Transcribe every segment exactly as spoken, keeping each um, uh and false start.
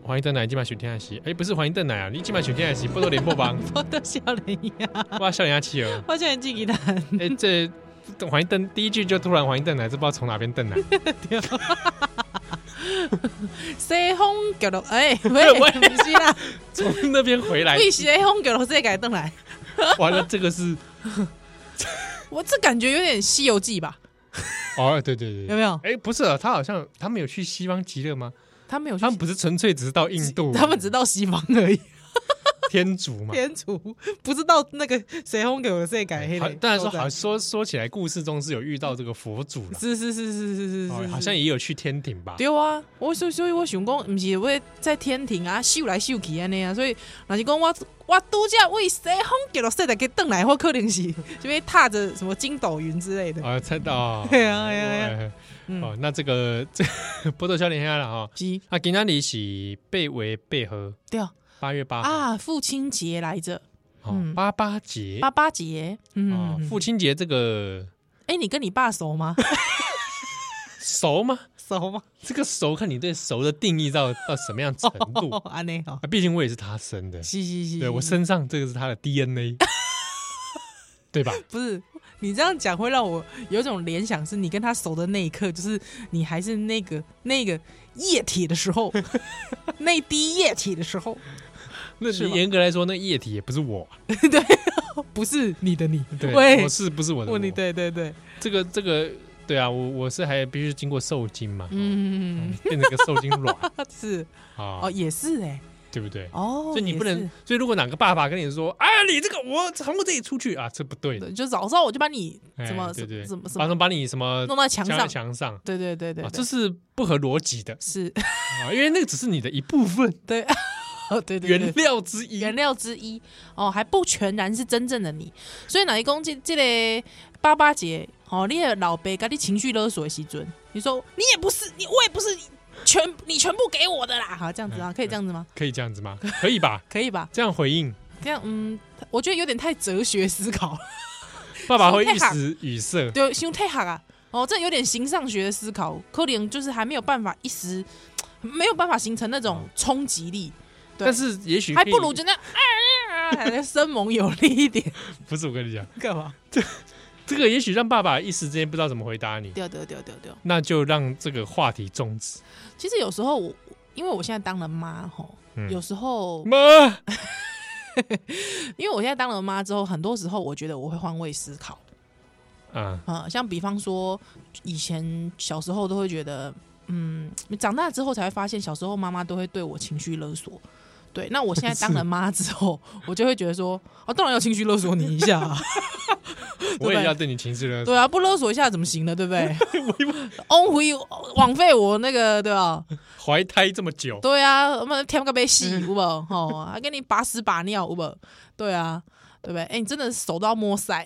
欢迎邓来，今晚收听的是，哎，不是欢迎邓来啊，你今晚收听的是波多连播帮， 波多少年呀， 哇，少年阿七儿， 我叫你记给他， 哎，这欢迎邓第一句就突然欢迎邓来，这不知道从哪边邓来。 西风叫落，哎，喂，不是啦， 从那边回来， 为西风叫落这改登来， 完了，这个是， 我这感觉有点《西游记》吧？ 哦，对对对， 有没有？ 哎，不是啊，他好像他们有去西方极乐吗？ 他们有去， 他们不是纯粹只是到印度， 他们只到西方而已。 天竺嘛， 天竺不是到那个谁轰给我的这改黑的。 当然说好说说起来，故事中是有遇到这个佛祖了， 是是是是是是是， 好像也有去天庭吧？ 对啊，我所所以我想讲，不是我在天庭啊秀来秀去安尼啊，所以若是讲我我拄则为西风给落说来给邓来，或可能是就会踏着什么筋斗云之类的啊，猜到， 对啊对啊对啊。 哦，那这个这波多少年下了哈，啊，今天你是八月八号， 对啊。 八月八号啊，父亲节来着， 嗯，八八节， 八八节，嗯， 父亲节这个， 哎，你跟你爸熟吗？ 熟吗？ 熟吗？ 这个熟看你对熟的定义到到什么样程度？ 安内好， 毕竟我也是他生的， 是是是， 对我身上这个是他的 D N A， 对吧？ 不是。你这样讲会让我有种联想，是你跟他熟的那一刻，就是你还是那个那个液体的时候，那滴液体的时候。 那严格来说，那液体也不是我， 对，不是你的你， 对，我是不是我的我？ 你对对对， 这个这个，对啊，我我是还必须经过受精嘛，嗯，变成个受精卵， 是啊，哦，也是哎、欸。 对不对？ 哦， 所以你不能，所以如果哪个爸爸跟你说：“哎呀，你这个我从我这里出去啊，这不对的。” 就早上我就把你怎么对对， 怎么把把你什么弄到墙上， 墙上， 对对对对， 这是不合逻辑的， 是啊，因为那个只是你的一部分， 对，哦对对， 原料之一， 原料之一哦，还不全然是真正的你。所以哪一公这这个八八节哦，你的老爸跟你情绪勒索的时阵，你说你也不是，你我也不是。全你全部给我的啦，好这样子啊，可以这样子吗？ 可以这样子吗？可以吧？ 可以吧？ 这样回应， 这样嗯，我觉得有点太哲学思考。 爸爸会一时语塞， 对，想太好啊！哦，这有点形上学的思考，可能就是还没有办法一时没有办法形成那种冲击力。 但是也许还不如就那样，还生猛有力一点。 不是我跟你讲， 干嘛？ 这这个也许让爸爸一时之间不知道怎么回答你。 对对对对对， 那就让这个话题终止。 其实有时候我，因为我现在当了妈吼，嗯、有时候妈， 因为我现在当了妈之后，很多时候我觉得我会换位思考。啊、嗯、像比方说，以前小时候都会觉得，嗯，长大之后才会发现，小时候妈妈都会对我情绪勒索。对，那我现在当了妈之后，我就会觉得说，哦，当然要情绪勒索你一下、啊， 我也要对你情绪勒索。 对啊，不勒索一下怎么行呢？对不对？翁回枉费我那个，对吧？ 怀胎这么久， 对啊，我们添个杯洗，有无？哦，还给你把屎把尿，有无？对啊，对不对？哎，你真的手都要摸腮。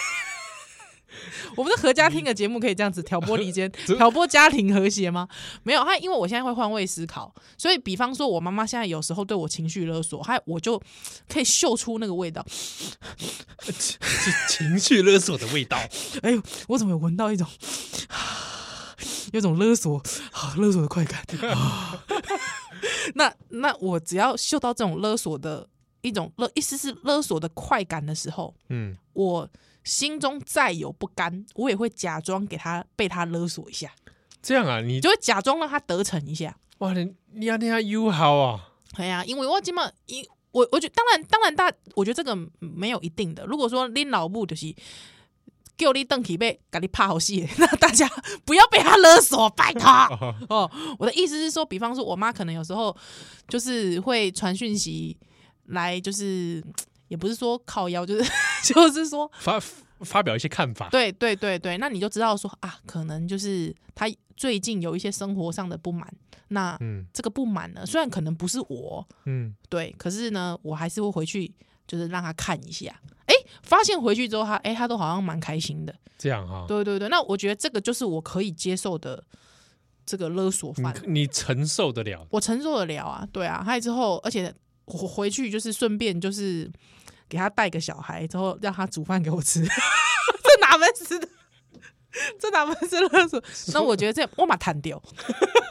我们是合家庭的节目，可以这样子挑拨离间、挑拨家庭和谐吗？没有，他因为我现在会换位思考，所以比方说，我妈妈现在有时候对我情绪勒索，还我就可以嗅出那个味道， 是情绪勒索的味道。 哎呦，我怎么有闻到一种有种勒索、勒索的快感？那那我只要嗅到这种勒索的一种勒，意思是勒索的快感的时候，嗯，我。心中再有不甘，我也会假装给他被他勒索一下。 这样啊，你就会假装让他得逞一下。 哇，你你要听他友好啊！ 对呀、啊，因为我今嘛，我我觉得当然当然大，我觉得这个没有一定的。如果说恁老母就是叫你邓起被给你怕好戏，那大家不要被他勒索，拜托哦。我的意思是说，比方说我妈可能有时候就是会传讯息来，就是也不是说靠腰，就是就是说发发表一些看法。 对对对对，那你就知道说啊，可能就是他最近有一些生活上的不满。那、嗯、这个不满呢，虽然可能不是我，嗯，对，可是呢，我还是会回去，就是让他看一下。哎，发现回去之后他，哎，他都好像蛮开心的。 这样哈、哦， 对对对，那我觉得这个就是我可以接受的这个勒索范， 你承受得了？ 我承受得了啊，对啊。还有之后，而且我回去就是顺便就是给他带个小孩，之后让他煮饭给我吃，这哪门子的？这哪门子勒索？那我觉得这我嘛谈掉，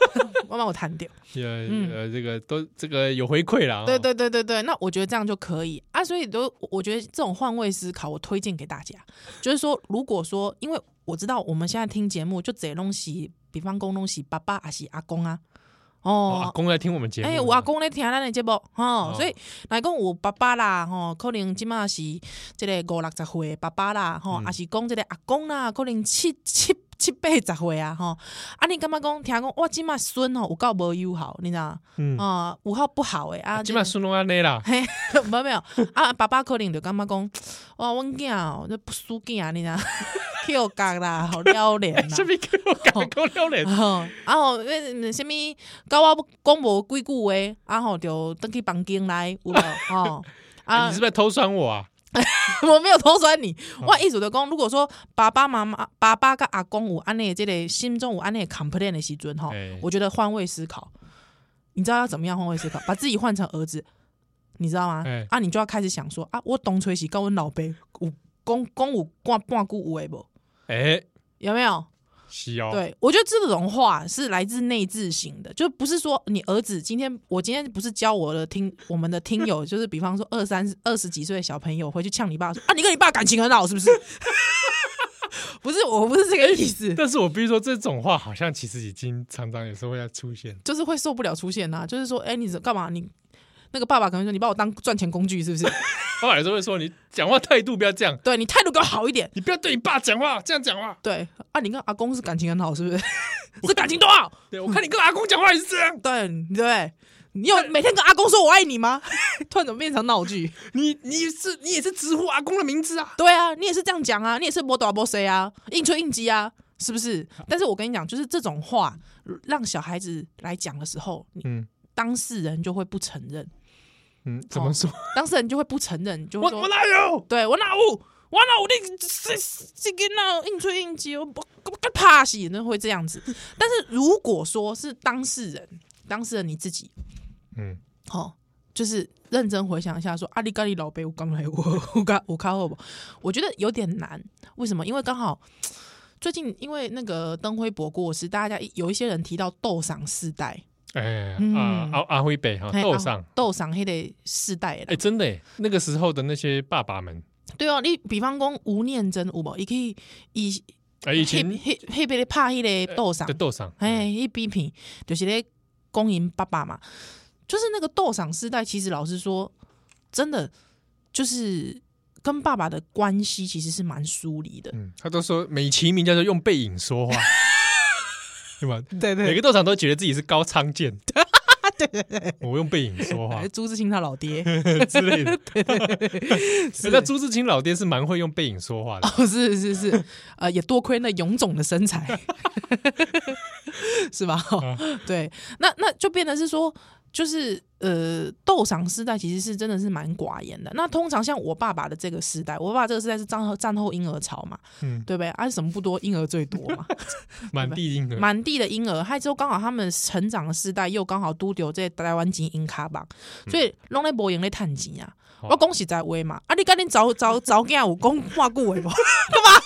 慢慢有谈掉。 呃、嗯、呃，这个都这个有回馈啦。 对对对对对，那我觉得这样就可以啊。所以都我觉得这种换位思考，我推荐给大家，就是说，如果说，因为我知道我们现在听节目就这东西，比方讲东西爸爸还是阿公啊。哦， 哦阿公在听我们节目， 哎、欸，我阿公在听咱的节目，吼、哦，所以来讲有爸爸啦，吼，可能即马是这个五六十岁的爸爸啦，吼，还、嗯、是讲这个阿公啦，可能七七七八十岁啊，吼，啊，你感觉讲听讲，哇，即马孙吼有够无友好，你知道？嗯啊，有好不好诶啊， 即马孙拢安尼啦， 嘿，没没有啊，爸爸可能就感觉讲，哇，阮囝哦，这不输囝，你知道？Q 角啦，好撩脸啦！ 什么 Q 角够撩脸？ 然后那什么，跟我讲无几句话，然后就登去房间来，有无？哦啊，你是不是偷酸我啊？ 我没有偷酸你，我意思就讲，如果说爸爸妈妈、爸爸跟阿公有安尼这个心中有安尼 complain 的时阵哈，我觉得换位思考，你知道要怎么样换位思考？把自己换成儿子，你知道吗？啊，你就要开始想说啊，我当初是跟阮老爸有讲讲有半半句话无？哎、欸，有没有？ 是哦。 对，我觉得这种话是来自内置型的，就不是说你儿子今天，我今天不是教我的听我们的听友，就是比方说二三二十几岁的小朋友回去呛你爸说啊，你跟你爸感情很好是不是？不是，我不是这个意思。 但是我必须说，这种话好像其实已经常常有时候会出现， 就是会受不了出现呐、啊，就是说，哎、欸，你干嘛你？那个爸爸可能说：“你把我当赚钱工具，是不是？” 爸爸有时候会说：“你讲话态度不要这样， 对你态度给我好一点， 你不要对你爸讲话这样讲话。”对啊，你跟阿公是感情很好，是不是？是感情多好？ 对，我看你跟阿公讲话也是这样。 对对不对？你有每天跟阿公说我爱你吗？突然怎么变成闹剧？ 你你是你也是直呼阿公的名字啊？ 对啊，你也是这样讲啊，你也是摸多摸谁啊，硬吹硬激啊，是不是？但是我跟你讲，就是这种话让小孩子来讲的时候，嗯，当事人就会不承认。 嗯，怎么说？哦、 当事人就会不承认，就会说我我哪有？ 对我哪有？我哪有？你这这个那硬吹硬激，我不不怕死，那会这样子。但是如果说是当事人，当事人你自己，嗯，好、哦，就是认真回想一下说，说啊，你跟你老爸我刚来我我刚我靠后，我觉得有点难。为什么？因为刚好最近因为那个灯辉伯过世，大家有一些人提到斗赏世代。 哎、欸嗯、啊阿阿辉北哈斗赏斗赏迄个世代哎、 欸，真的哎，那个时候的那些爸爸们， 对哦，你比方讲吴念真有无？伊可以以啊以前迄迄迄边拍迄个斗赏， 斗赏， 哎，迄比片就是咧讲因爸爸嘛，就是那个斗赏世代，其实老实说，真的就是跟爸爸的关系其实是蛮疏离的。 嗯，他都说美其名叫做用背影说话。对吧？ 对对， 每个斗场都觉得自己是高仓健， 对对对， 我用背影说话， 朱自清他老爹之类的。 对对对， 那朱自清老爹是蛮会用背影说话的。 哦，是是是，呃，也多亏那臃肿的身材，是吧？啊、对，那那就变得是说。就是呃，斗赏世代其实是真的是蛮寡言的。那通常像我爸爸的这个时代，我爸爸这个时代是战后战后婴儿潮嘛，嗯，对不对？啊，什么不多，婴儿最多嘛， 满地婴儿， 满地的婴儿。还之后刚好他们成长的世代又刚好都丢这台湾精英卡榜，所以拢在无用咧趁钱啊。我讲实在话嘛，啊，你赶紧找找找囝有讲半句话无？干嘛？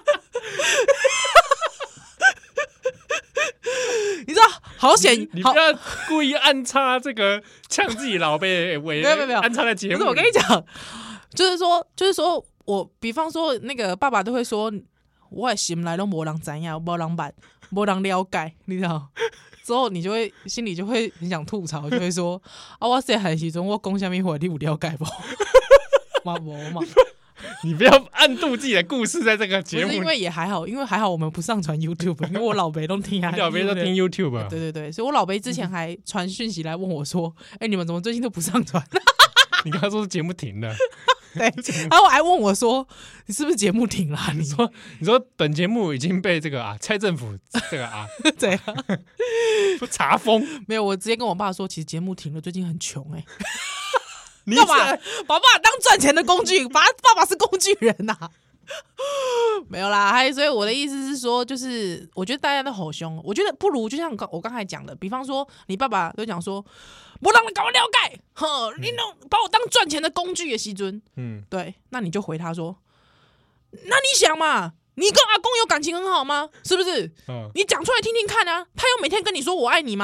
你知道好险， 你不要故意安插这个呛自己老辈为没有没有安插在节目。 不是我跟你讲，就是说，就是说我比方说那个爸爸都会说，我的心内都没人知影，没人捌，没人了解，你知道？之后你就会心里就会很想吐槽，就会说啊，我细汉时阵我讲什么话，你有了解不？嘛无嘛。 你不要暗度自己的故事在这个节目， 因为也还好，因为还好我们不上传 YouTube， 因为我老辈都听啊， 老辈都听 YouTube 啊。 对对对，所以我老辈之前还传讯息来问我说：“哎、欸，你们怎么最近都不上传？” 你刚才说是节目停了， 对，然后我还问我说：“你是不是节目停了、啊？” 你说你说本节目已经被这个啊蔡政府这个啊怎样查封？ 没有，我直接跟我爸说，其实节目停了，最近很穷哎、欸。 你干嘛把爸爸当赚钱的工具？把爸爸是工具人呐、啊？没有啦，还所以我的意思是说，就是我觉得大家都好凶，我觉得不如就像我刚才讲的，比方说你爸爸都讲说，不让人搞我了解，呵，你弄把我当赚钱的工具的时阵，嗯，对，那你就回他说，那你想嘛，你跟阿公有感情很好吗？是不是？嗯，你讲出来听听看啊，他有每天跟你说我爱你吗？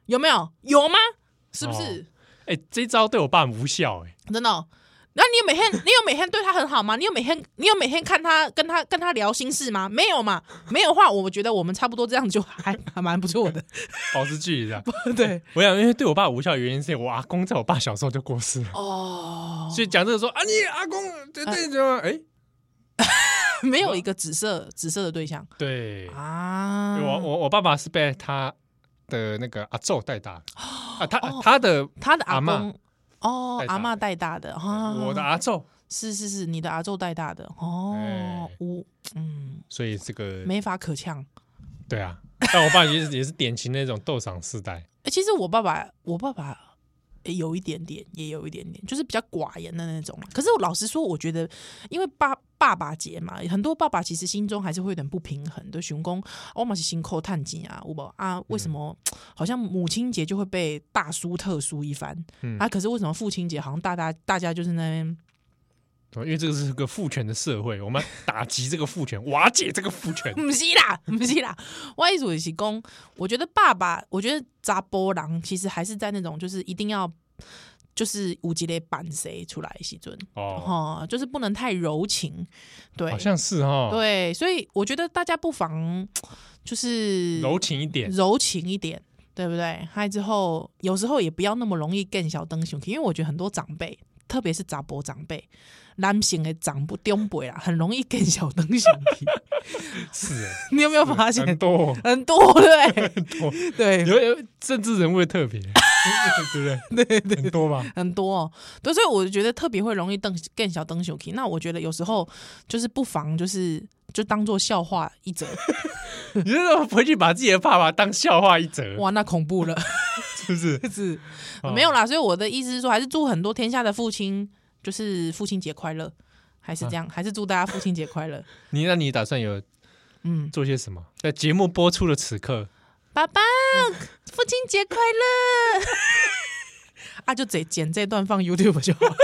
有没有？有吗？是不是？ 哎、欸，这招对我爸无效哎、 欸，真的、哦。那你有每天，你有每天对他很好吗？你有每天，你有每天看他跟他跟他聊心事吗？没有嘛？没有的话，我觉得我们差不多这样就还还蛮不错的， 保持距离这样。 对， 我想，因为对我爸无效的原因是我阿公在我爸小时候就过世了哦， 所以讲这个说啊，你阿公对对对吗？哎、欸， 没有一个紫色紫色的对象， 对啊， 我我我爸爸是被他的那个阿祖带大的啊，他、哦、他的他的阿公。 哦，阿嬷带大的，哦、 我的阿祖是是是，你的阿祖带大的哦，我嗯， 所以这个没法可呛。 对啊，但我爸也是也是典型的那种斗赏世代。 欸、其实我爸爸，我爸爸、欸、有一点点，也有一点点，就是比较寡言的那种。可是我老实说，我觉得，因为爸爸爸节嘛，很多爸爸其实心中还是会有点不平衡的。想说我嘛是辛苦探金啊，有没有啊？为什么好像母亲节就会被大书特书一番、嗯、啊？可是为什么父亲节好像大家大家就是那边？ 因为这个是个父权的社会，我们打击这个父权，瓦解这个父权。 不是啦，不是啦，我意思是讲，我觉得爸爸，我觉得查甫人其实还是在那种，就是一定要，就是有一个伴谁出来的时阵哦、喔，就是不能太柔情，对， 好像是哈， 对，所以我觉得大家不妨就是柔情一点， 柔情一点，对不对？还之后有时候也不要那么容易更小灯熊，因为我觉得很多长辈，特别是查甫长辈。男性的长不中辈啦，很容易更小灯熊皮。 是哎， 你有没有发现？ 很多很多，对不对？ 很多， 对， 有有政治人物的特别，对不对？ 对对， 很多吧， 很多哦。对，所以我觉得特别会容易更更小灯熊皮。那我觉得有时候就是不妨就是就当做笑话一则。 你就回去把自己的爸爸当笑话一则， 哇，那恐怖了， 是不是？ 是、哦、没有啦。所以我的意思是说，还是祝很多天下的父亲。就是父亲节快乐，还是这样，啊、还是祝大家父亲节快乐。 你那你打算有嗯做些什么？在节目播出的此刻， 爸爸，父亲节快乐！啊，就剪剪这段放 YouTube 就好，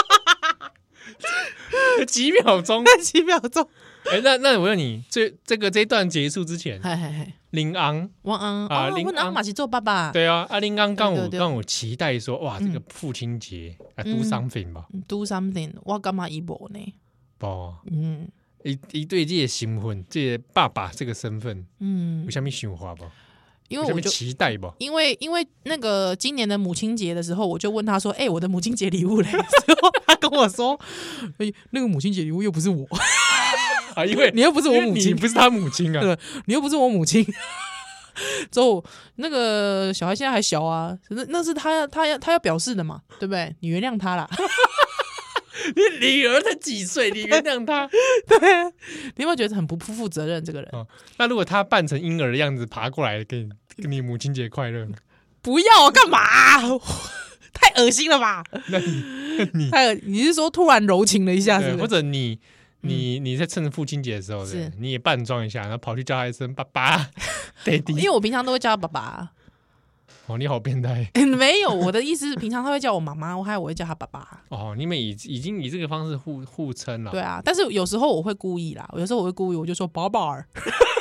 几秒钟， 几秒钟。 哎、欸，那那我问你，这这个这一段结束之前， 嘿嘿嘿， 林昂， 王昂啊， 林昂嘛是做爸爸， 对啊，啊林昂刚我刚我期待说，哇，这个父亲节啊 ，do something 吧 ，do something， 我干嘛一波呢？ 不，嗯，一一对这些新婚，这些爸爸这个身份，嗯，有什么想法不？ 因为我就期待吧， 因为因为那个今年的母亲节的时候，我就问他说：“哎、欸，我的母亲节礼物嘞？”之后他跟我说：“哎、欸，那个母亲节礼物又不是我啊，因为你又不是我母亲， 你不是他母亲啊， 对，你又不是我母亲。”之后那个小孩现在还小啊，那那是他要他要他要表示的嘛，对不对？你原谅他啦。 你女儿才几岁，你原谅他？ 对，你有没有觉得很不负责任？这个人、哦， 那如果他扮成婴儿的样子爬过来，跟你跟你母亲节快乐， 不要干嘛？太恶心了吧？ 那你你太你是说突然柔情了一下是不是， 或者你你你在趁着父亲节的时候，是你也扮装一下，然后跑去叫他一声爸爸，Daddy， 因为我平常都会叫他爸爸。 哦，你好变态！ 没有，我的意思是平常他会叫我妈妈，我还有我会叫他爸爸。 哦，你们已已经以这个方式互互称了。 对啊，但是有时候我会故意啦，有时候我会故意，我就说宝宝儿。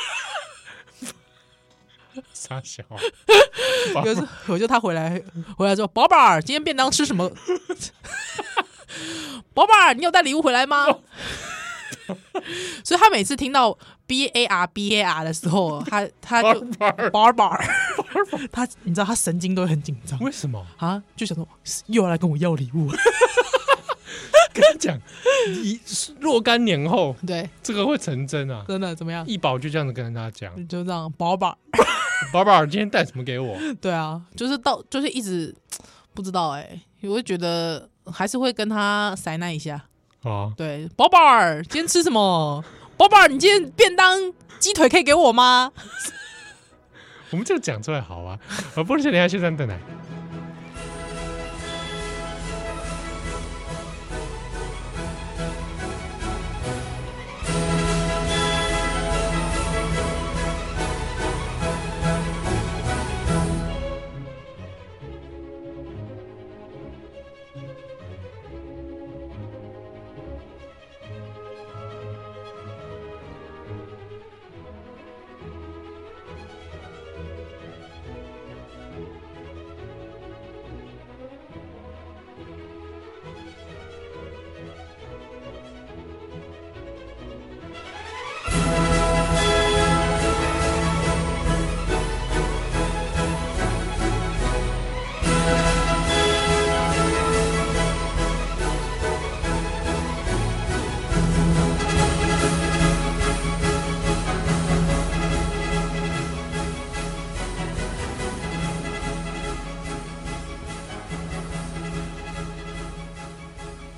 傻小， 有时候我就他回来回来说宝宝儿，今天便当吃什么？宝宝儿，你有带礼物回来吗？哦所以他每次听到 B A R B A R 的时候，他他就 Barbar， 他你知道他神经都会很紧张， 为什么啊？就想说又要来跟我要礼物。 跟你讲，一若干年后， 对这个会成真啊！ 真的怎么样？ 易宝就这样子跟他讲， 就这样 Barbar， Barbar 今天带什么给我？ 对啊，就是到就是一直不知道哎、欸，我会觉得还是会跟他塞那一下。 哦， 对，宝宝儿，今天吃什么？宝宝儿，你今天便当鸡腿可以给我吗？ 我们这个讲出来好啊！我不是你还去等等来。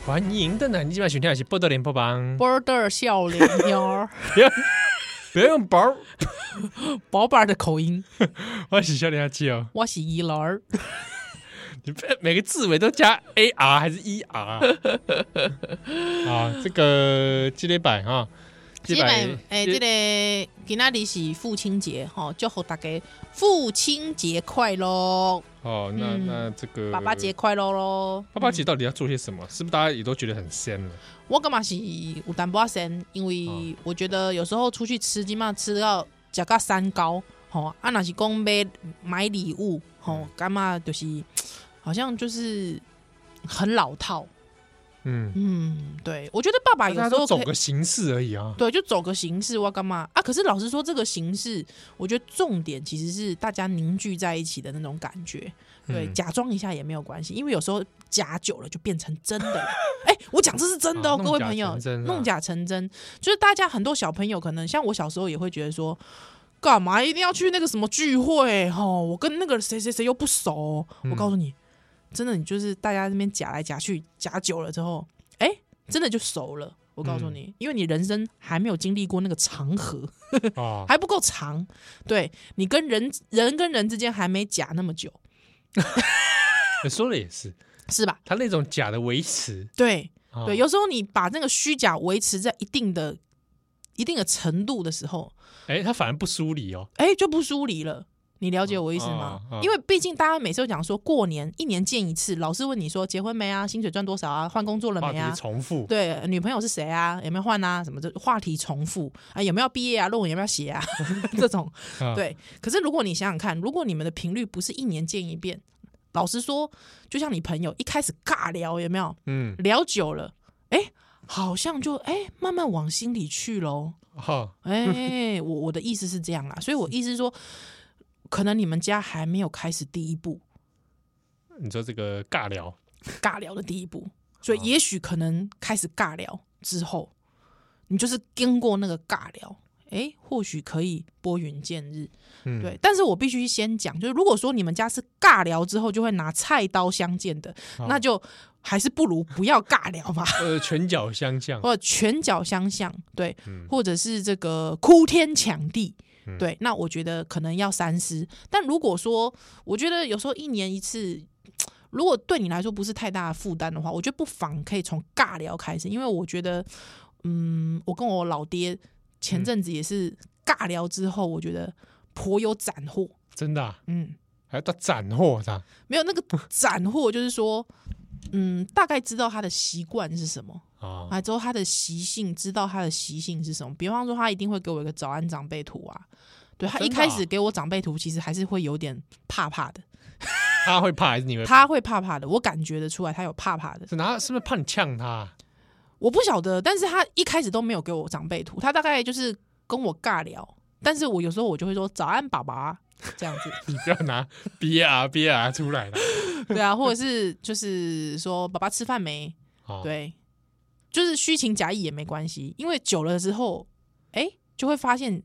欢迎的呢，你今晚选听的是《波多连播帮》 ，Border 笑脸妞， 不要用宝宝宝的口音， 我是笑脸阿七哦， 我是一老儿， 你每个字尾都加 A R 还是 E R 啊？啊，这个积累版啊， 积累版，哎，这个今仔日是父亲节哈，祝福大家父亲节快乐。 哦，那、嗯、那这个爸爸节快乐咯！ 爸爸节到底要做些什么？嗯、是不是大家也都觉得很仙了？ 我干嘛是有淡薄仙？因为我觉得有时候出去吃，起码吃到吃到三高，吼啊，那是讲买买礼物，吼干嘛就是好像就是很老套。嗯嗯，对，我觉得爸爸有时候走个形式而已啊。 对，就走个形式，我干嘛啊？可是老实说，这个形式，我觉得重点其实是大家凝聚在一起的那种感觉。对，嗯、假装一下也没有关系，因为有时候假久了就变成真的了。哎、欸，我讲这是真的哦，啊、各位朋友，弄假成真，就是大家很多小朋友可能像我小时候也会觉得说，干嘛一定要去那个什么聚会？哦，我跟那个谁谁谁又不熟。嗯、我告诉你。真的，你就是大家那边夹来夹去，夹久了之后，哎、欸，真的就熟了。我告诉你，嗯、因为你人生还没有经历过那个长河，哦、还不够长。对，你跟人人跟人之间还没夹那么久。 说的也是， 是吧？ 他那种假的维持， 对、哦、对，有时候你把那个虚假维持在一定的一定的程度的时候， 哎、欸，他反而不疏离哦， 哎、欸，就不疏离了。你了解我意思吗？哦哦哦、因为毕竟大家每次都讲说过年一年见一次，老师问你说结婚没啊，薪水赚多少啊，换工作了没啊？ 话题重复。对， 女朋友是谁啊？有没有换啊？什么的话题重复啊？有没有毕业啊？论文有没有写啊？这种、哦、对。可是如果你想想看，如果你们的频率不是一年见一遍，老实说，就像你朋友一开始尬聊，有没有？嗯，聊久了，哎、欸，好像就哎、欸、慢慢往心里去喽。哦，哎、欸，我我的意思是这样啦，所以我意思是说。可能你们家还没有开始第一步， 你说这个尬聊， 尬聊的第一步，所以也许可能开始尬聊之后，你就是经过那个尬聊，哎，或许可以拨云见日，嗯、对。但是我必须先讲，就是如果说你们家是尬聊之后就会拿菜刀相见的，那就还是不如不要尬聊吧。 呃，拳脚相向， 或者拳脚相向，对，嗯、或者是这个哭天抢地。对，那我觉得可能要三思。但如果说，我觉得有时候一年一次，如果对你来说不是太大的负担的话，我觉得不妨可以从尬聊开始。因为我觉得，嗯，我跟我老爹前阵子也是尬聊之后，我觉得颇有斩获。 真的、啊？嗯，还要到斩获是吧？ 没有那个斩获，就是说，嗯，大概知道他的习惯是什么。啊，之后他的习性，知道他的习性是什么。比方说，他一定会给我一个早安长辈图啊。对，他一开始给我长辈图，其实还是会有点怕怕的。 他会怕还是你会怕？ 他会怕怕的，我感觉得出来，他有怕怕的。 是他是不是怕你呛他？ 我不晓得，但是他一开始都没有给我长辈图，他大概就是跟我尬聊。但是我有时候我就会说早安爸爸这样子。 你不要拿 B R B R 出来了。 对啊，或者是就是说爸爸吃饭没？哦、对。就是虚情假意也没关系，因为久了之后，哎、欸，就会发现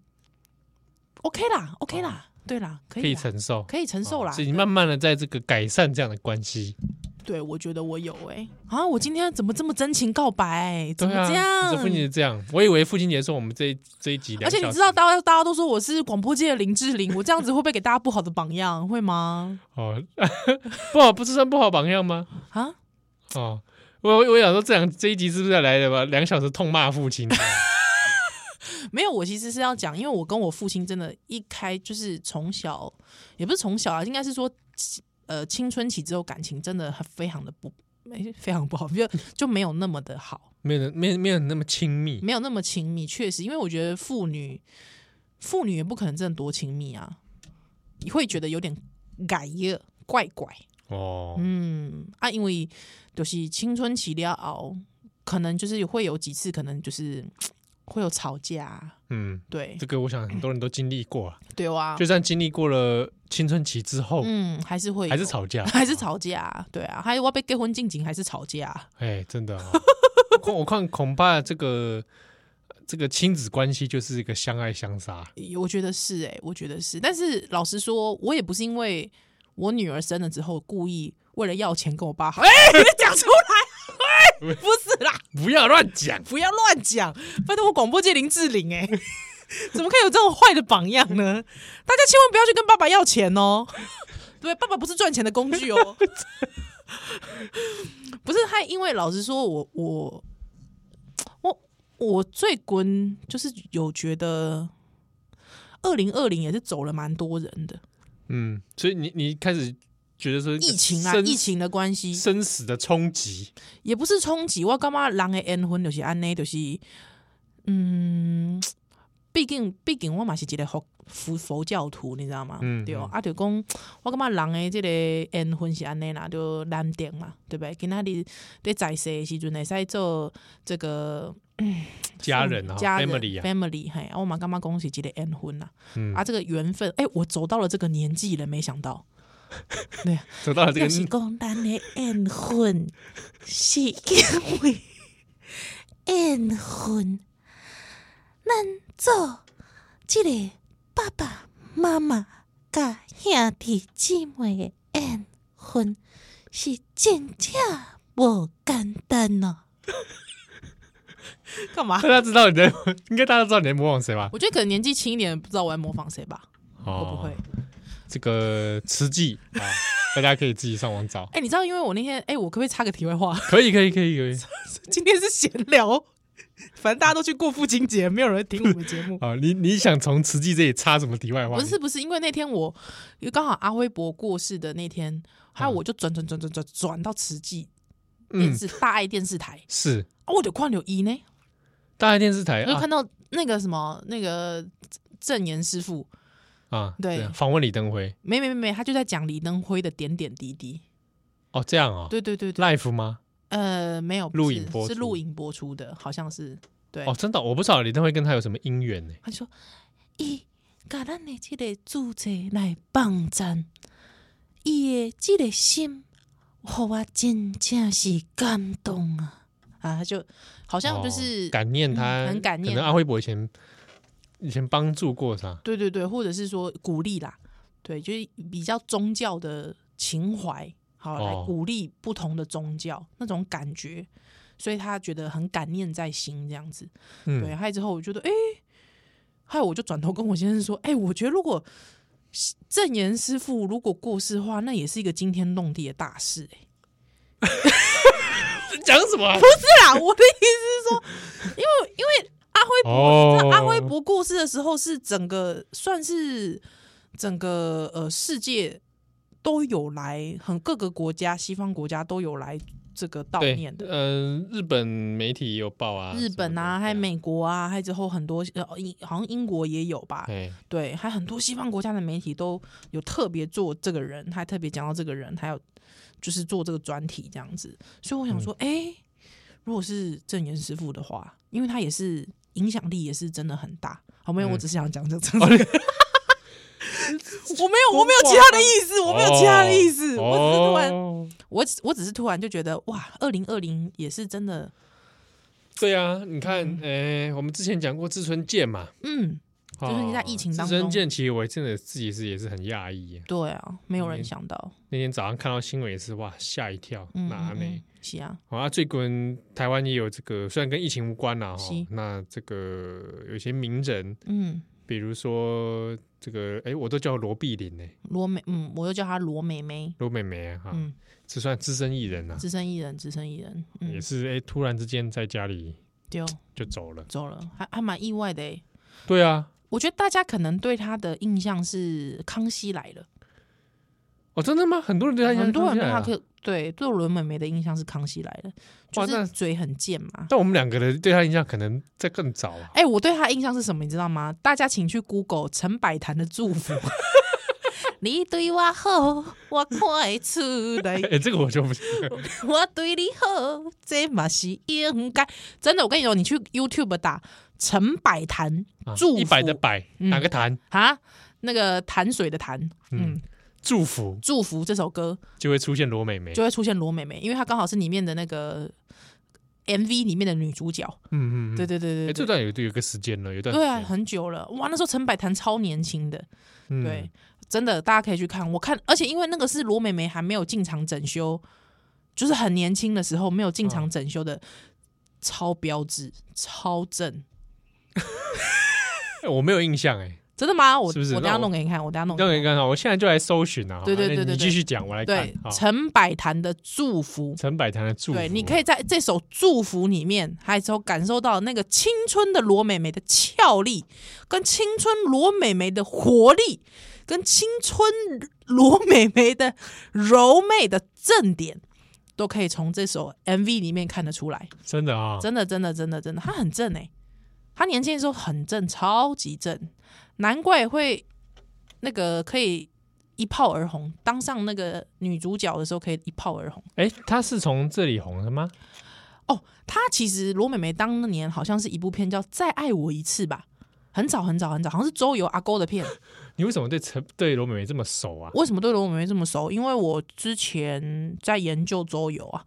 ，OK 啦 ，OK 啦，哦、对啦，可以可以承受， 可以承受啦。 所以你慢慢的在这个改善这样的关系。 对，我觉得我有哎、欸、啊，我今天怎么这么真情告白？怎么这样？ 啊、这父亲节这样，我以为父亲节是我们这一这一集， 而且你知道，大家大家都说我是广播界的林志玲，我这样子会不会给大家不好的榜样？会吗？哦， 不好，不是算不好榜样吗？啊，哦。我我想说这样这一集是不是要来的吧？两个小时痛骂父亲。 没有，我其实是要讲，因为我跟我父亲真的，一开就是从小，也不是从小啊，应该是说，呃，青春期之后感情真的非常的不，非常不好，就就没有那么的好， 没有没有没有那么亲密， 没有那么亲密，确实，因为我觉得父女父女也不可能真的多亲密啊，你会觉得有点改耶怪怪。哦，嗯啊，因为就是青春期了后，可能就是会有几次，可能就是会有吵架。嗯，对， 这个我想很多人都经历过啊。 对啊， 就算经历过了青春期之后， 嗯，还是会还是吵架， 还是吵架。对啊，还有我被结婚进京还是吵架。 哎，真的、哦，我看恐怕这个这个亲子关系就是一个相爱相杀。 我觉得是哎、欸，我觉得是。但是老实说，我也不是因为我女儿生了之后故意为了要钱跟我爸好，哎、欸，你讲出来， 不是啦， 不要乱讲， 不要乱讲，拜托我广播界林志玲哎、欸，怎么可以有这种坏的榜样呢？大家千万不要去跟爸爸要钱哦，对，爸爸不是赚钱的工具哦。不是他，因为老实说我，我我我最滚就是有觉得，二零二零也是走了蛮多人的。 嗯，所以你你开始觉得说疫情啊，疫情的关系， 生死的冲击也不是冲击。我感觉人的缘分就是安尼，就是嗯，毕竟毕竟我嘛是一个佛佛佛教徒，你知道吗？嗯、对、嗯、啊，就讲我感觉人的这个缘分是安尼啦，就难定嘛，对不对？今仔日在在世的时阵会使做这个。嗯、 家人啊， 家人 family 啊 ，family， 嘿，我嘛干嘛恭喜这个缘分啦、啊嗯， 啊，这个缘分，哎、欸，我走到了这个年纪了，没想到，对， 走到了这个， 就是讲咱的缘分是因为缘分，咱做这个爸爸妈妈甲兄弟姊妹的缘分是真正无简单哦。干嘛？ 大家知道你在，应该大家知道你在模仿谁吧？ 我觉得可能年纪轻一点，不知道我在模仿谁吧？哦、会不会？ 这个慈济啊，大家可以自己上网找。 哎、欸，你知道，因为我那天，哎、欸，我可不可以插个题外话？ 可以，可以，可以，可以。 今天是闲聊，反正大家都去过父亲节，没有人听我们节目。 啊，你你想从慈济这里插什么题外话？ 不是不是，因为那天我刚好阿辉伯过世的那天，还有我就转转转转转转到慈济电视、嗯、大爱电视台， 是啊，我就看到一呢。 大爱电视台， 我就看到那个什么那个郑言师傅啊， 对， 访问李登辉， 没没没没，他就在讲李登辉的点点滴滴。 哦，这样哦， 对对对对 ，live 吗？ 呃，没有， 录影播是录影播出的，好像是对。 哦，真的，我不知道李登辉跟他有什么姻缘呢？ 他就说，伊把咱的这个主题来放赞，伊的这个心，让我真正是感动啊！啊，就好像就是、 哦、感念他、 嗯，很感念。 可能阿辉伯以前以前帮助过他， 对对对，或者是说鼓励啦，对，就是比较宗教的情怀，好、哦、来鼓励不同的宗教那种感觉，所以他觉得很感念在心这样子。嗯、对，还之后我觉得，哎、欸，还有我就转头跟我先生说，哎、欸，我觉得如果正言师父如果过世的话，那也是一个惊天动地的大事、欸，哎。 讲什么、啊？ 不是啦，我的意思是说，因为因为阿辉伯、哦、阿辉伯过世的时候，是整个算是整个呃世界都有来，很各个国家西方国家都有来这个悼念的。 嗯、呃，日本媒体也有报啊， 日本啊，还有美国啊，还之后很多呃好像英国也有吧，对，还很多西方国家的媒体都有特别做这个人，还特别讲到这个人，还有。就是做这个专题这样子，所以我想说，哎、嗯欸，如果是正言师父的话，因为他也是影响力也是真的很大。好，没有，嗯、我只是想讲这个、哦，我没有，我没有其他的意思，我没有其他的意思，哦、我只是突然，我我只是突然就觉得，哇，二零二零也是真的。 对啊，你看，哎、嗯欸，我们之前讲过志村健嘛， 嗯。就是你在疫情当中， 志村健其实我真的自己是也是很讶异。 对啊，没有人想到。 那天早上看到新闻也是哇，吓一跳。嗯，哪呢？ 是啊。 好啊，最近台湾也有这个，虽然跟疫情无关啦，哈，那这个有些名人，嗯，比如说这个，哎、欸，我都叫罗碧玲呢， 罗美，嗯，我又叫她罗美美， 罗美美啊，哈，嗯，这算资深艺人啊， 资深艺人，资深艺人， 嗯、也是哎、欸，突然之间在家里就就走了， 走了，还还蛮意外的哎、欸。 对啊。 我觉得大家可能对他的印象是《康熙来了》 哦，真的吗？很多人对他印象， 很多人对他可对对罗美美的印象是《康熙来了》，就是嘴很贱嘛。 但我们两个人对他印象可能在更早啊。 哎、欸，我对他印象是什么？你知道吗？大家请去 Google 陈百潭的祝福。你对我好，我看得出来。 哎、欸，这个我就不行。 我对你好，这嘛是应该。真的，我跟你说，你去 YouTube 打陈百潭祝福， 一百的百，哪个潭啊？那个潭水的潭，嗯， 祝福， 祝福这首歌就会出现罗美美， 就会出现罗美美，因为她刚好是里面的那个 M V 里面的女主角。嗯嗯，对对对对， 哎、欸，这段有有一个时间了，有段对啊，很久了。哇，那时候陈百潭超年轻的，嗯、对。真的，大家可以去看。我看，而且因为那个是罗美美还没有进场整修就是很年轻的时候没有进场整修的，超标致、超正。 我没有印象哎、欸， 真的吗？我是不是我等一下弄给你看，我等一下弄弄给你看。我现在就来搜寻啊。 对对对对对， 你继续讲，我来看。 对，陈百潭的祝福， 陈百潭的祝福， 对，你可以在这首祝福里面，还有感受到那个青春的罗美美的俏丽，跟青春罗美美的活力，跟青春罗美美的柔媚的正点。都可以从这首 M V 里面看得出来， 真的啊， 真的真的真的真的，他很正哎、欸，他年轻的时候很正，超级正，难怪会那个可以一炮而红，当上那个女主角的时候可以一炮而红。 哎、欸，他是从这里红的吗？ 哦，他其实罗美美当年好像是一部片叫《再爱我一次》吧，很早很早很早，好像是周游阿勾的片。 你为什么对陈对罗美美这么熟啊？ 为什么对罗美美这么熟？因为我之前在研究周游啊。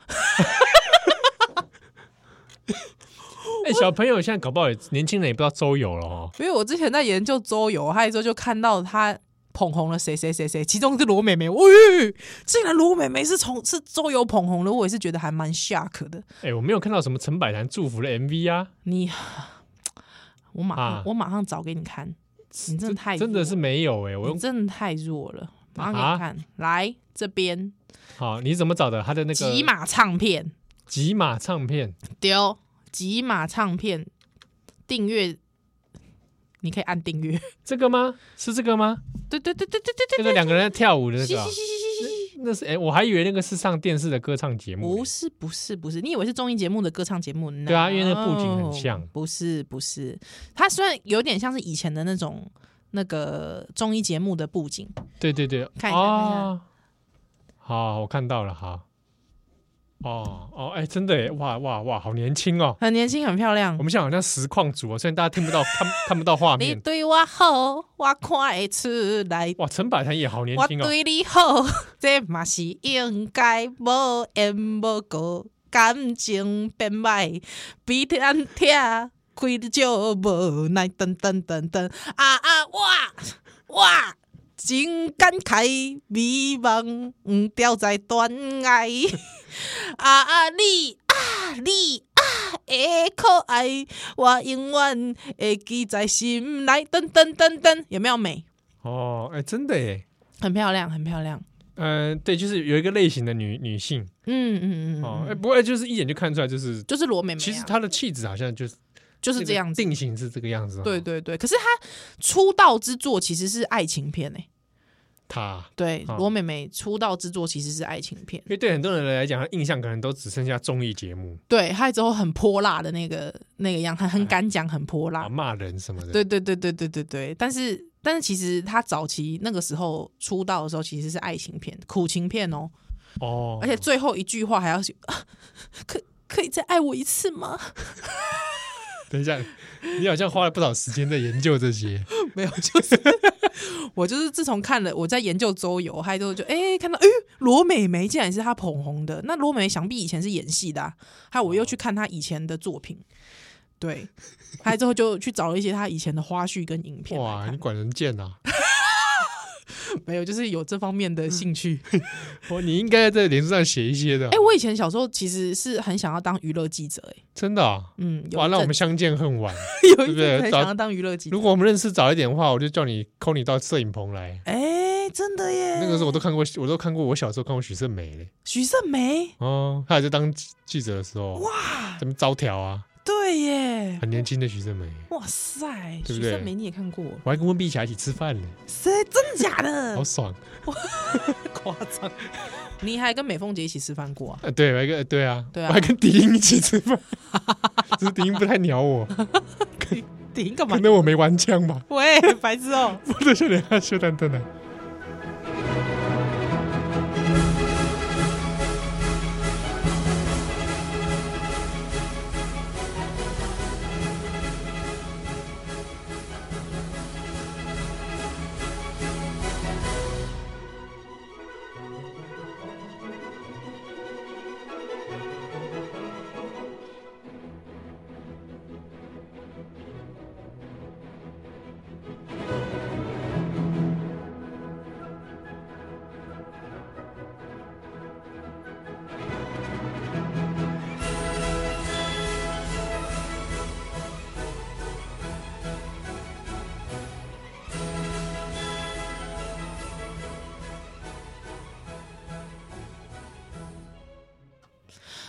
哎、欸，小朋友现在搞不好也年轻人也不知道周游了哦。 因为我之前在研究周游，还有时候就看到他捧红了谁谁谁谁，其中是罗美美。喂，竟然罗美美是从是周游捧红了，我也是觉得还蛮 shock 的。 哎、欸，我没有看到什么陈百潭祝福的 M V 啊。 你，我马上、啊、我马上找给你看。你真的太真的是没有哎、欸，我你真的太弱了，马上给你看，啊、来这边。 好，你怎么找的？他的那个吉马唱片， 吉马唱片丢吉马唱片订阅，你可以按订阅。 这个吗？是这个吗？ 对对对对对对对， 那个两个人在跳舞的那个、啊。 嘻嘻嘻嘻嘻那是哎、欸，我还以为那个是上电视的歌唱节目、欸。 不是不是不是，你以为是综艺节目的歌唱节目？ 对啊，因为那个布景很像。 不是不是，它虽然有点像是以前的那种那个综艺节目的布景。 对对对， 看一下、哦、看一下。 好，我看到了，好。哦哦，哎、欸，真的哎，哇哇哇，好年轻哦， 很年轻，很漂亮。 我们现在好像实况组哦，虽然大家听不到，看看不到画面。 你对我好，我看得出来。 哇，陈百潭也好年轻哦。 我对你好，这嘛是应该，无缘无故，感情变歹，比天疼，开就无奈，噔噔噔噔，啊啊哇哇！真感慨，美梦唔掉在断崖。啊啊你啊你啊的可爱，我永远会记在心内。噔噔噔噔，有没有美？ 哦，哎、欸，真的耶， 很漂亮，很漂亮。 嗯、呃，对，就是有一个类型的女女性， 嗯嗯嗯， 哦，哎、欸，不过就是一眼就看出来，就是就是罗美美、啊。 其实她的气质好像就是就是这样子， 定型是这个样子。 对对对，可是她出道之作其实是爱情片诶、欸。 她对罗、啊、美美出道之作其实是爱情片， 因为对很多人来讲，她印象可能都只剩下综艺节目。 对，还有之后很泼辣的那个那个样，她很敢讲，很泼辣， 骂、啊、人什么的。 对对对对对对对，但是但是其实她早期那个时候出道的时候，其实是爱情片、苦情片哦。 哦， 而且最后一句话还要啊，可可以再爱我一次吗？ 等一下，你好像花了不少时间在研究这些。 没有，就是我就是自从看了我在研究周游，还之后就哎、欸、看到哎罗美美竟然是她捧红的，那罗美美想必以前是演戏的、啊，还有我又去看她以前的作品，对，还之后就去找了一些她以前的花絮跟影片。 哇，你管人贱啊！ 没有，就是有这方面的兴趣。 哦，你应该在脸书上写一些的。 哎、欸，我以前小时候其实是很想要当娱乐记者、欸，哎， 真的啊， 嗯， 哇，那我们相见恨晚， 有一阵很想要当娱乐记者。 如果我们认识早一点的话，我就叫你 call 你到摄影棚来。 哎、欸，真的耶！ 那个时候我都看过，我都看过，我小时候看过许胜美嘞。 许胜美哦，他还在当记者的时候， 哇， 咱们招条啊。 对耶， 很年轻的许胜美， 哇塞， 对不对？ 许胜美你也看过， 我还跟温碧霞一起吃饭呢， 谁？真的假的？ 好爽， 夸张！你还跟美凤姐一起吃饭过啊？ 呃，对，我还跟对啊， 对啊， 我还跟迪英一起吃饭，只是迪英不太鸟我， 迪英干嘛？ 可能我没玩枪吧？ 喂，白痴哦！ 我的笑脸还羞蛋蛋的。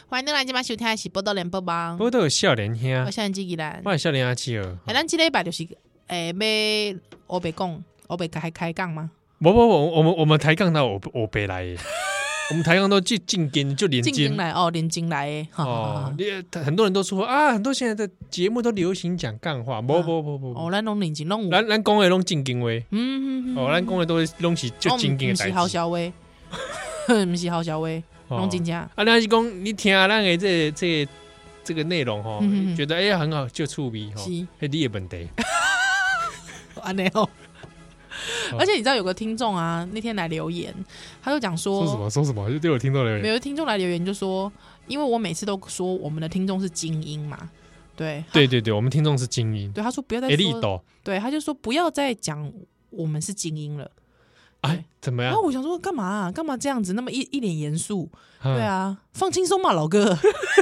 欢迎你来今晚收听的是《波多连播帮》， 不过都有少年兄， 我少年机器人， 我是少年阿七儿。 哎，咱这礼拜就是诶，要欧北讲，欧北开开讲吗？ 不不不，我们我们抬杠到我我北来的，我们抬杠都进进根就连进筋来哦，连筋来的哦。很多人都说啊，很多现在的节目都流行讲干话，不不不不， 哦，咱拢连筋拢， 咱咱讲的拢进根话， 嗯， 哦，咱讲的都拢是就进根的代志， 不是好笑话，不是好笑话，拢真正。 啊，那是讲你听咱的这这这个内容哈，觉得哎呀很好，就趣味哈，是你的问题。 安尼哦。而且你知道有个听众啊，那天来留言，他就讲说说什么说什么，就对我听众留言， 没有听众来留言就说，因为我每次都说我们的听众是精英嘛，对对对对，我们听众是精英， 对他说不要再说，对他就说不要再讲我们是精英了， 哎，怎么样？ 然后我想说干嘛、啊、干嘛这样子，那么一一脸严肃，对啊，放轻松嘛，老哥。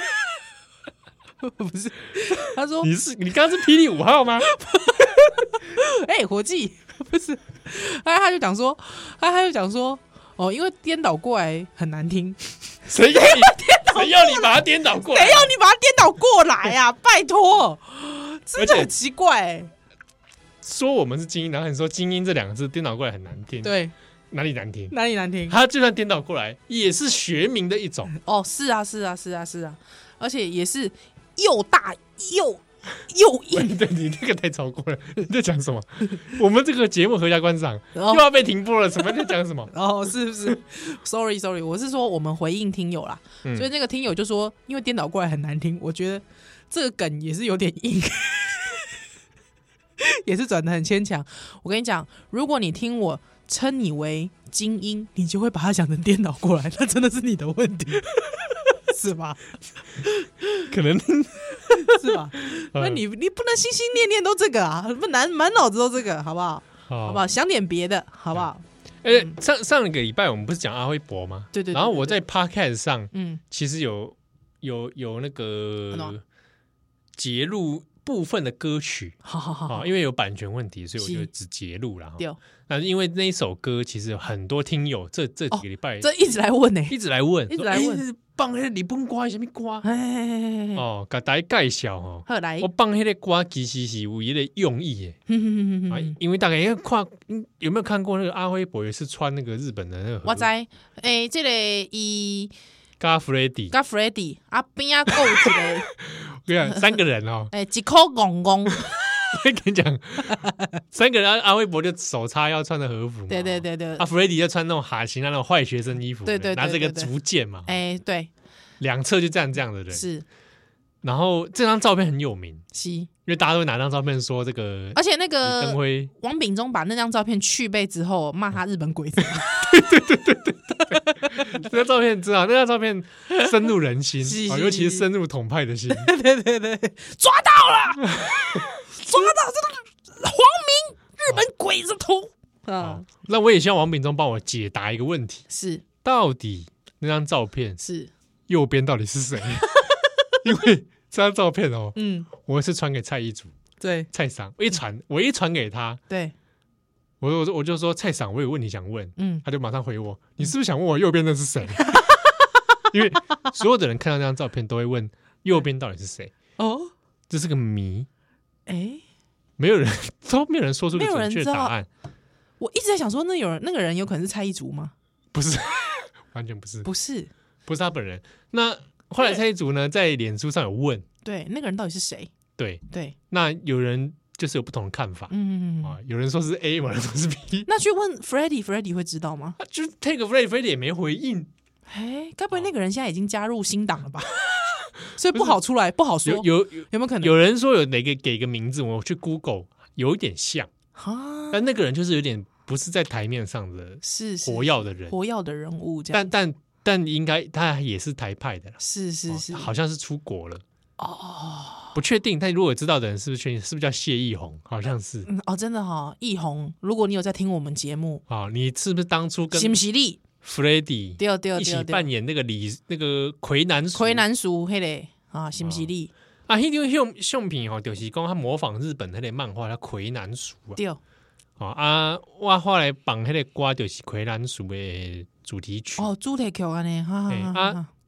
不是，他说你是你刚刚是霹雳五号吗？ 哎、欸，伙计，不是，他他就讲说，他他就讲说，哦，因为颠倒过来很难听， 谁要你谁要你把它颠倒过来？ 谁要你把它颠倒过来啊？拜托，真的很奇怪、欸。 说我们是精英，然后你说精英这两个字颠倒过来很难听， 对， 哪里难听？ 哪里难听？ 他就算颠倒过来，也是学名的一种。 哦，是啊，是啊，是啊，是啊，而且也是又大又。又硬， 对你那个太超过了，你在讲什么？我们这个节目合家观赏、哦、又要被停播了，什么在讲什么？ 哦，是不是 ？Sorry Sorry， 我是说我们回应听友啦、嗯，所以那个听友就说，因为颠倒过来很难听，我觉得这个梗也是有点硬，也是转得很牵强。我跟你讲，如果你听我称你为精英，你就会把它想成颠倒过来，那真的是你的问题。是吧？ 可能是吧？那你你不能心心念念都这个啊，不难满脑子都这个，好不好？好不好？想点别的，好不好？ 哎、欸，上上个礼拜我们不是讲阿辉伯吗？ 对 对, 对, 对, 对。 然后我在 Podcast 上， 嗯， 其实有有有那个截录部分的歌曲， 好好好， 因为有版权问题，所以我就只截录了。那因为那一首歌，其实有很多听友这这几个礼拜、 哦、这一直来问呢、欸， 一直来问， 一直来问。 欸放迄个日本歌是什么歌？哦，给大家介绍哦。 好来， 我放迄个歌其实是有一个用意的，啊，因为大家要看有没有看过那个阿辉伯也是穿那个日本的那个。 我知，诶、欸，这个伊加 Freddy， 加 Freddy， 啊边啊够一个， 我跟你讲，三个人哦， 诶、欸，一口公公。 我跟你讲，三个人阿辉伯就手叉腰穿的和服嘛， 对对对对， 阿 Freddy 就穿那种哈型那种坏学生衣服， 对对， 拿这个竹剑嘛， 哎、欸、对， 两侧就站这样的人是， 然后这张照片很有名， 是， 因为大家都会拿张照片说这个， 而且那个登辉王炳忠把那张照片去背之后骂他日本鬼子， 对对对对对，这张照片知道，那张照片深入人心，哦，尤其是深入统派的心， 对对对，抓到了。抓到这个黄明日本鬼子头啊！ 那我也希望王炳忠帮我解答一个问题： 是到底那张照片是右边到底是谁？因为这张照片哦， 嗯， 我是传给蔡一祖， 对， 蔡桑，我一传，我一传给他， 对， 我我我就说蔡桑，我有问题想问， 嗯， 他就马上回我，你是不是想问我右边那是谁？因为所有的人看到那张照片都会问右边到底是谁？哦，这是个谜。 哎、欸， 没有人都没有人说出个准确答案。 我一直在想说，那有人那个人有可能是蔡一竹吗？ 不是，完全不是， 不是， 不是他本人。那后来蔡一竹呢，在脸书上有问， 对，那个人到底是谁？ 对对。 那有人就是有不同的看法，嗯啊，有人说是 A， 有人说是 B。 那去问 Freddy，Freddy 会知道吗？ 就是 take Freddy，Freddy 也没回应。 哎，该不会那个人现在已经加入新党了吧？所以不好出来，不好说。 有有 有, 有没有可能？ 有人说有哪个给个名字，我去 Google 有一点像啊，但那个人就是有点不是在台面上的， 是活跃的人， 活跃的人物这样。但但但应该他也是台派的啦， 是是是， 哦、好像是出国了哦，不确定。但如果知道的人是不是确定？是不是叫谢奕宏？好像是、 嗯、哦，真的哈、哦，奕宏，如果你有在听我们节目啊、哦，你是不是当初跟是不是你 Freddy 对对对一起扮演那个李那个魁南魁南叔迄个？啊，是不是你？ 啊，迄张相相片吼，就是讲他模仿日本迄个漫画，叫魁南鼠啊。 对。 哦啊，我后来放迄个歌就是魁南鼠的主题曲。 哦，主题曲安尼，哈哈哈。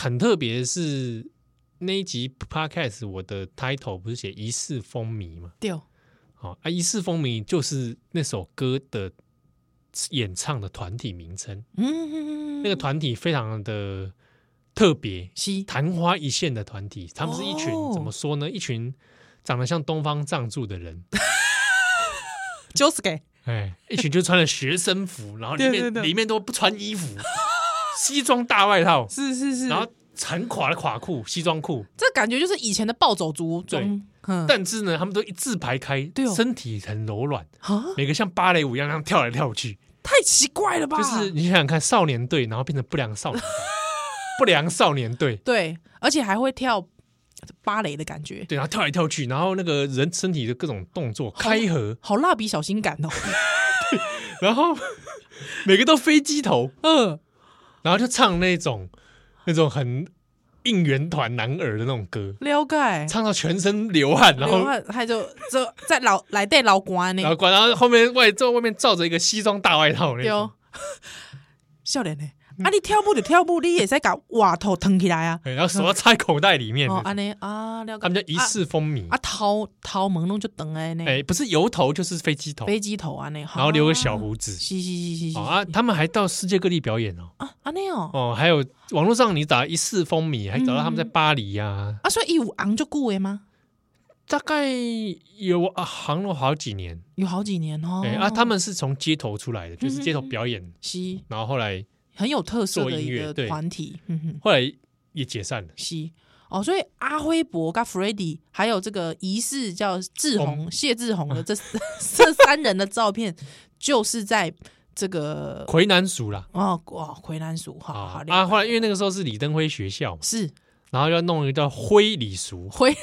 很特别的是那一集 podcast 我的 title 不是写一世风靡吗？ 对， 好啊，一世风靡就是那首歌的演唱的团体名称。嗯，那个团体非常的特别，昙花一现的团体。他们是一群、哦、怎么说呢？一群长得像东方藏柱的人。 就是给哎，一群就穿了学生服，然后里面对对对里面都不穿衣服，西装大外套， 是是是， 然后很垮的垮裤，西装裤， 这感觉就是以前的暴走族装。 但是呢，他们都一字排开，哦、身体很柔软，每个像芭蕾舞一样，那样跳来跳去， 太奇怪了吧？ 就是你想想看，少年队，然后变成不良少年，不良少年队， 对，而且还会跳芭蕾的感觉， 对，然后跳来跳去，然后那个人身体的各种动作开合， 好蜡笔小新感哦。 然后每个都飞机头，嗯，然后就唱那种那种很应援团男儿的那种歌， 了解， 唱到全身流汗，然后还就就在老来带老官呢， 老官，然后后面外在外面罩着一个西装大外套那种， 笑脸呢。啊！你跳舞就跳舞，你也在把瓦头腾起来啊！ 然后手要插口袋里面。 哦，安尼啊，了解。 他们叫一世风靡啊，头头毛弄就等哎呢。 哎，不是油头就是飞机头， 飞机头啊那， 然后留个小胡子。 是是是是啊，他们还到世界各地表演哦。 啊，安尼哦。 哦，还有网络上你打一世风靡，还找到他们在巴黎呀。 啊，所以有昂就久的吗？ 大概有啊，行了好几年， 有好几年哦。 哎啊，他们是从街头出来的，就是街头表演。 是， 然后后来。 很有特色的一个团体， 嗯、后来也解散了。 是哦，所以阿辉伯跟 Freddy 还有这个疑似叫志宏、谢志宏的这这三人的照片，就是在这个魁南蜀啦。 哦哇，魁南蜀哈啊啊！后来因为那个时候是李登辉学校嘛， 是， 然后要弄一个叫辉李蜀辉。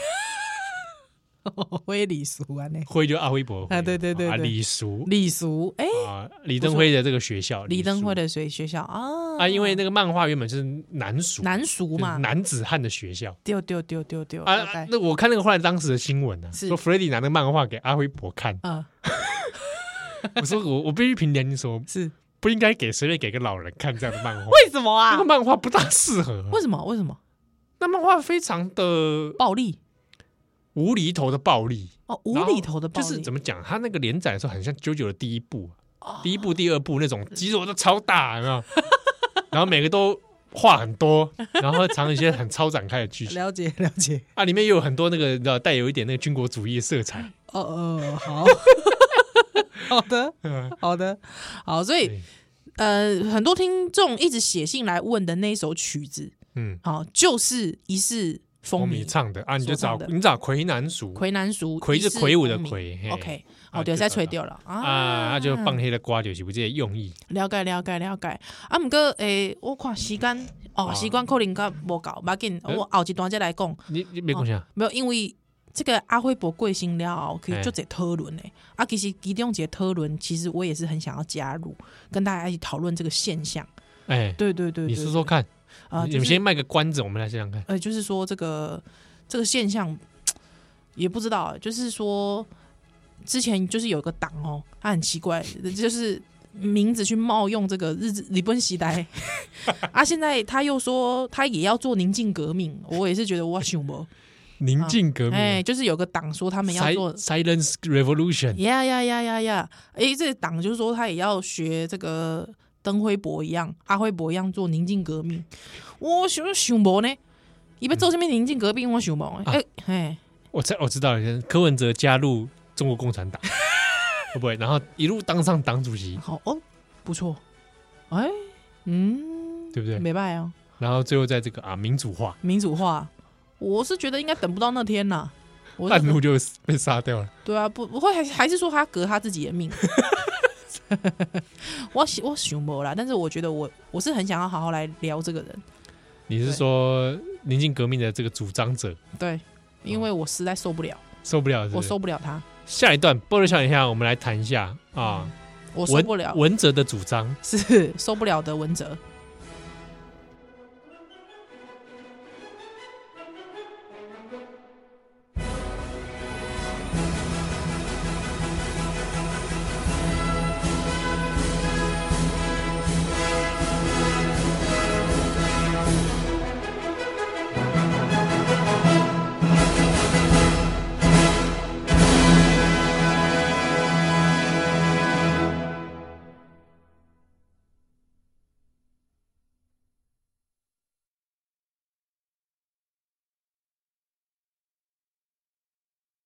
辉李俗啊，那辉就阿辉伯啊，对对对对， 李俗李俗，哎， 李登辉的这个学校， 李登辉的学学校啊啊，因为那个漫画原本是男俗， 男俗嘛， 男子汉的学校， 丢丢丢丢丢啊！那我看那个后来当时的新闻呢，说 Freddy 拿那个漫画给阿辉伯看，啊，我说我我必须凭良心说， 是不应该给随便给个老人看这样的漫画， 为什么啊？ 那个漫画不大适合， 为什么？为什么？ 那漫画非常的暴力。 无厘头的暴力哦，无厘头的暴力就是怎么讲？他那个连载的时候很像九九的第一部，哦、第一部、第二部那种肌肉都超大，有没有？然后每个都话很多，然后藏一些很超展开的剧情。 了解了解啊，里面又有很多那个你知道带有一点那个军国主义的色彩。 哦哦，好好的好的好，所以呃，很多听众一直写信来问的那首曲子，嗯，好，就是一世。风靡唱的啊，你就找你找魁南蜀， 魁南蜀， 魁是魁梧的魁 ，OK， 哦，对，再吹掉了啊，那就放黑的瓜就是不这用意。 了解了解了解，啊，不过诶，我看时间哦，时间可能较无够，要紧，我后一段再来讲。 你你别讲啥？ 没有，因为这个阿辉伯过身了后，可以就在讨论诶。啊，其实其中一个讨论，其实我也是很想要加入，跟大家一起讨论这个现象。哎，对对对， 你说说看。啊，你们先卖个关子，我们来想想看。 呃，就是说这个这个现象，也不知道，就是说之前就是有个党哦，他很奇怪，就是名字去冒用这个日日本时代啊，现在他又说他也要做宁静革命，我也是觉得我想不宁静革命，哎、 啊欸，就是有个党说他们要做 Silence Revolution， 呀呀呀呀呀，哎，这个党就是说他也要学这个。登辉伯一样，阿辉伯一样做宁静革命，我想想无呢，伊要做什么宁静革命，我想无哎、啊欸、 我知我知道了，柯文哲加入中国共产党，会不会？然后一路当上党主席， 好哦，不错，哎、欸，嗯， 对不对？ 没办啊。 然后最后在这个啊民主化， 民主化，我是觉得应该等不到那天呐， 半路就被杀掉了。 对啊，不不会还还是说他革他自己的命。我我想不啦，但是我觉得我我是很想要好好来聊这个人。 你是说宁静革命的这个主张者？ 对，因为我实在受不了， 受不了是不是， 我受不了他。 下一段波多笑一下，我们来谈一下啊， 我受不了文哲的主张是受不了的文哲。